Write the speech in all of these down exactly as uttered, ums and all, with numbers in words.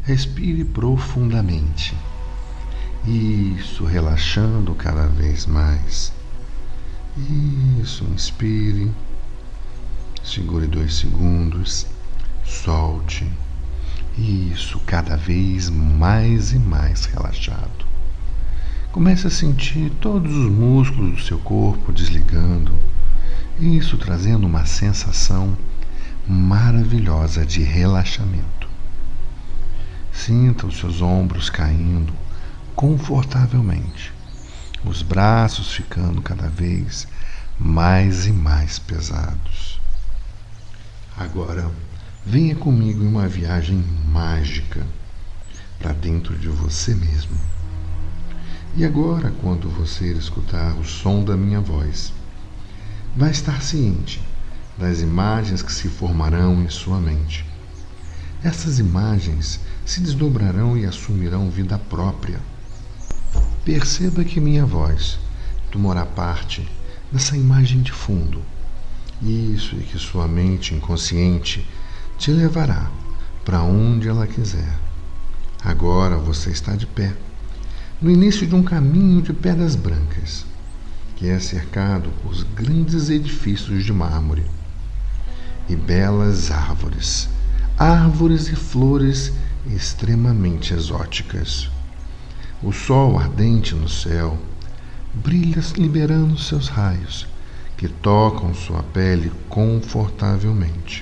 Respire profundamente. Isso, relaxando cada vez mais. Isso, inspire. Segure dois segundos. Solte. Isso, cada vez mais e mais relaxado. Comece a sentir todos os músculos do seu corpo desligando. Isso, trazendo uma sensação maravilhosa de relaxamento. Sinta os seus ombros caindo confortavelmente, os braços ficando cada vez mais e mais pesados. Agora, venha comigo em uma viagem mágica para dentro de você mesmo. E agora, quando você escutar o som da minha voz, vai estar ciente das imagens que se formarão em sua mente. Essas imagens se desdobrarão e assumirão vida própria. Perceba que minha voz tomará parte dessa imagem de fundo. Isso, e que sua mente inconsciente te levará para onde ela quiser. Agora você está de pé, no início de um caminho de pedras brancas, que é cercado por grandes edifícios de mármore e belas árvores, árvores e flores extremamente exóticas. O sol ardente no céu brilha liberando seus raios, que tocam sua pele confortavelmente.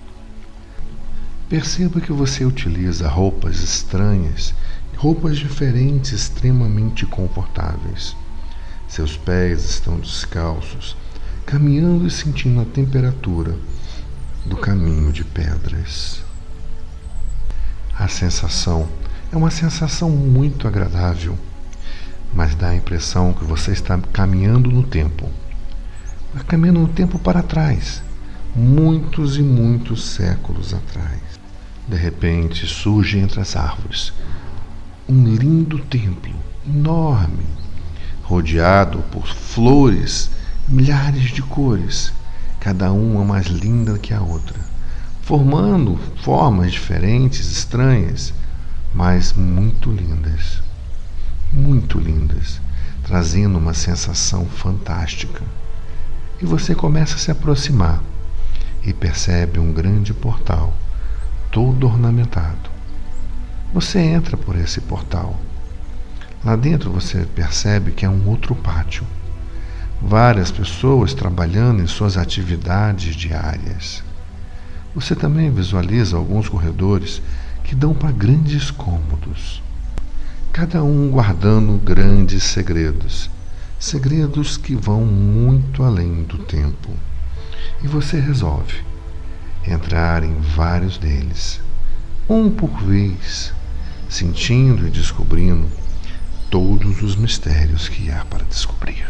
Perceba que você utiliza roupas estranhas, roupas diferentes extremamente confortáveis. Seus pés estão descalços, caminhando e sentindo a temperatura do caminho de pedras. A sensação é uma sensação muito agradável, mas dá a impressão que você está caminhando no tempo. Caminhando no tempo para trás, muitos e muitos séculos atrás. De repente surge entre as árvores um lindo templo, enorme, rodeado por flores, milhares de cores, cada uma mais linda que a outra, formando formas diferentes, estranhas, mas muito lindas, muito lindas, trazendo uma sensação fantástica. E você começa a se aproximar e percebe um grande portal, todo ornamentado. Você entra por esse portal. Lá dentro você percebe que é um outro pátio. Várias pessoas trabalhando em suas atividades diárias. Você também visualiza alguns corredores que dão para grandes cômodos, cada um guardando grandes segredos, segredos que vão muito além do tempo. E você resolve entrar em vários deles, um por vez, sentindo e descobrindo todos os mistérios que há para descobrir.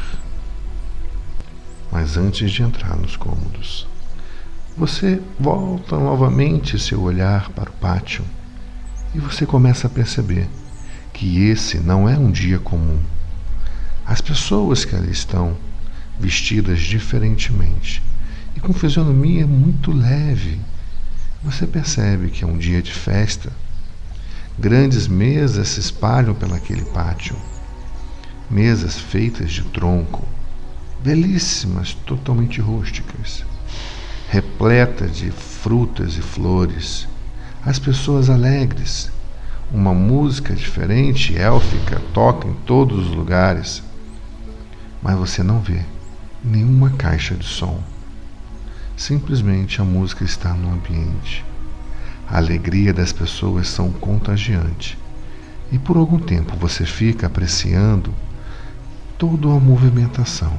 Mas antes de entrar nos cômodos, você volta novamente seu olhar para o pátio e você começa a perceber que esse não é um dia comum. As pessoas que ali estão, vestidas diferentemente e com fisionomia muito leve, você percebe que é um dia de festa. Grandes mesas se espalham pelaquele pátio, mesas feitas de tronco, belíssimas, totalmente rústicas, repletas de frutas e flores, as pessoas alegres, uma música diferente, élfica, toca em todos os lugares, mas você não vê nenhuma caixa de som. Simplesmente a música está no ambiente. A alegria das pessoas são contagiante. E por algum tempo você fica apreciando toda a movimentação.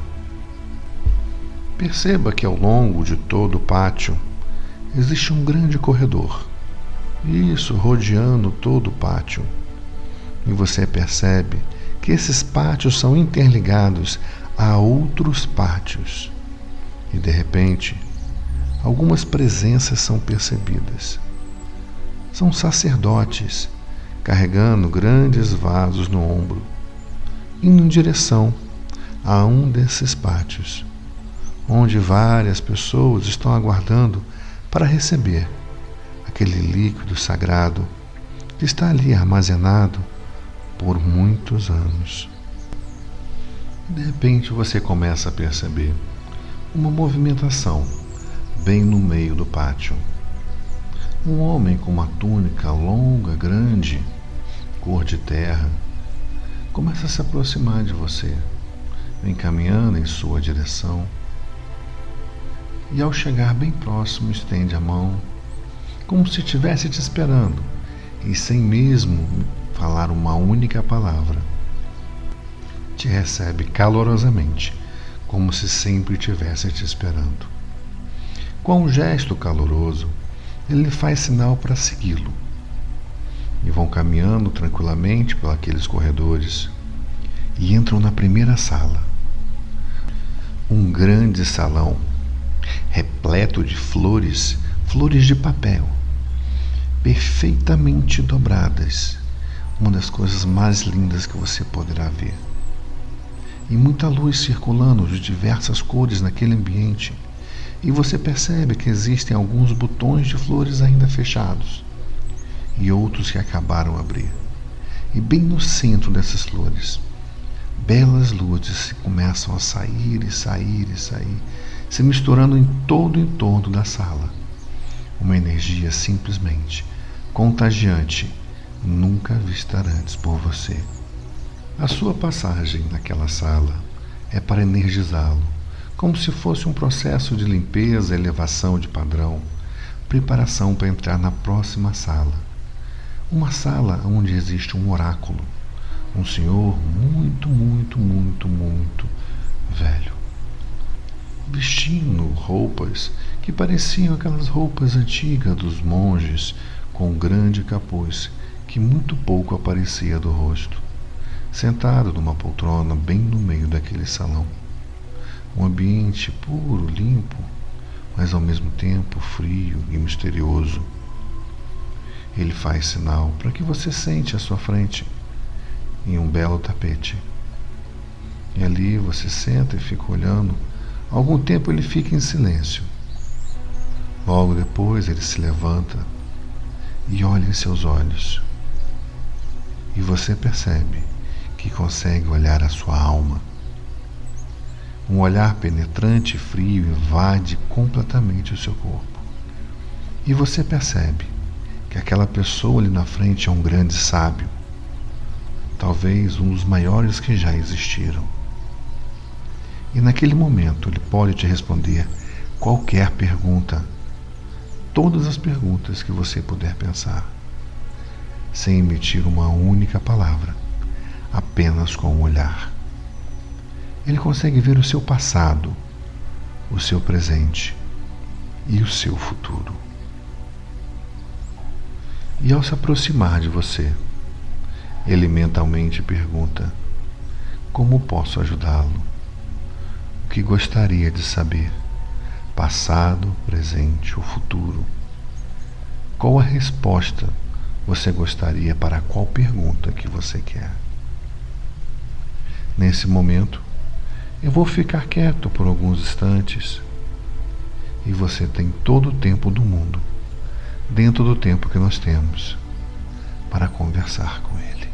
Perceba que ao longo de todo o pátio existe um grande corredor. Isso, rodeando todo o pátio. E você percebe que esses pátios são interligados a outros pátios. E de repente, algumas presenças são percebidas. São sacerdotes carregando grandes vasos no ombro, indo em direção a um desses pátios, onde várias pessoas estão aguardando para receber aquele líquido sagrado que está ali armazenado por muitos anos. De repente você começa a perceber uma movimentação bem no meio do pátio. Um homem com uma túnica longa, grande, cor de terra, começa a se aproximar de você, vem caminhando em sua direção e, ao chegar bem próximo, estende a mão, como se estivesse te esperando, e sem mesmo falar uma única palavra, te recebe calorosamente, como se sempre estivesse te esperando. Com um gesto caloroso, ele lhe faz sinal para segui-lo, e vão caminhando tranquilamente por aqueles corredores e entram na primeira sala. Um grande salão repleto de flores, flores de papel, perfeitamente dobradas, uma das coisas mais lindas que você poderá ver. E muita luz circulando de diversas cores naquele ambiente, e você percebe que existem alguns botões de flores ainda fechados e outros que acabaram de abrir. E bem no centro dessas flores, belas luzes começam a sair e sair e sair, se misturando em todo o entorno da sala. Uma energia simplesmente contagiante, nunca vista antes por você. A sua passagem naquela sala é para energizá-lo, como se fosse um processo de limpeza, elevação de padrão, preparação para entrar na próxima sala. Uma sala onde existe um oráculo, um senhor muito, muito, muito, muito velho, vestindo roupas que pareciam aquelas roupas antigas dos monges, com um grande capuz que muito pouco aparecia do rosto, sentado numa poltrona bem no meio daquele salão. Um ambiente puro, limpo, mas ao mesmo tempo frio e misterioso. Ele faz sinal para que você sente à sua frente, em um belo tapete. E ali você senta e fica olhando. Algum tempo ele fica em silêncio. Logo depois ele se levanta e olha em seus olhos. E você percebe que consegue olhar a sua alma. Um olhar penetrante e frio invade completamente o seu corpo. E você percebe que aquela pessoa ali na frente é um grande sábio, talvez um dos maiores que já existiram. E naquele momento ele pode te responder qualquer pergunta, todas as perguntas que você puder pensar, sem emitir uma única palavra, apenas com um olhar. Ele consegue ver o seu passado, o seu presente e o seu futuro. E ao se aproximar de você, ele mentalmente pergunta: como posso ajudá-lo? O que gostaria de saber? Passado, presente ou futuro? Qual a resposta você gostaria para qual pergunta que você quer? Nesse momento, eu vou ficar quieto por alguns instantes e você tem todo o tempo do mundo, dentro do tempo que nós temos, para conversar com ele.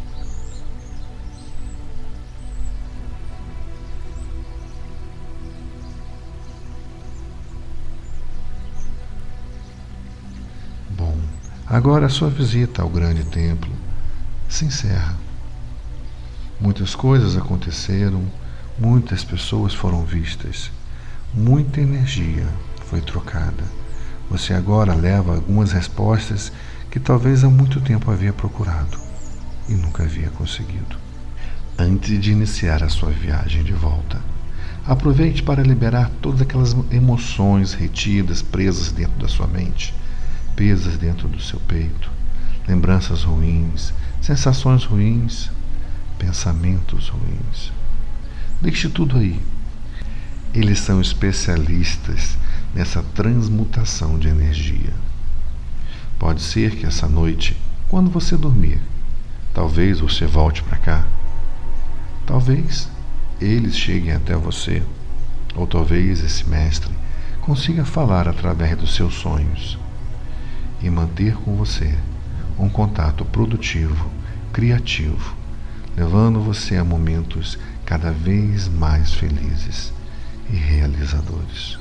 Bom, agora a sua visita ao grande templo se encerra. Muitas coisas aconteceram, muitas pessoas foram vistas, muita energia foi trocada. Você agora leva algumas respostas que talvez há muito tempo havia procurado e nunca havia conseguido. Antes de iniciar a sua viagem de volta, aproveite para liberar todas aquelas emoções retidas, presas dentro da sua mente, presas dentro do seu peito, lembranças ruins, sensações ruins, pensamentos ruins. Deixe tudo aí. Eles são especialistas nessa transmutação de energia. Pode ser que essa noite, quando você dormir, talvez você volte para cá. Talvez eles cheguem até você, ou talvez esse mestre consiga falar através dos seus sonhos e manter com você um contato produtivo, criativo, levando você a momentos cada vez mais felizes e realizadores.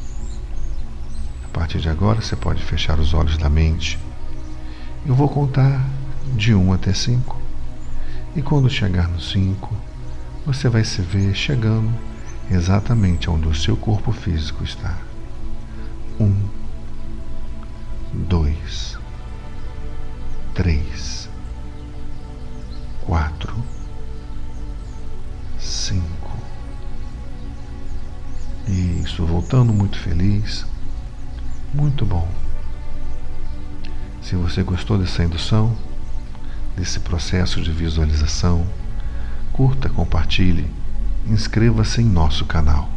A partir de agora você pode fechar os olhos da mente. Eu vou contar de um até cinco. E quando chegar no cinco, você vai se ver chegando exatamente onde o seu corpo físico está. Um, dois, três, quatro, cinco. Isso, voltando muito feliz. Muito bom. Se você gostou dessa indução, desse processo de visualização, curta, compartilhe, inscreva-se em nosso canal.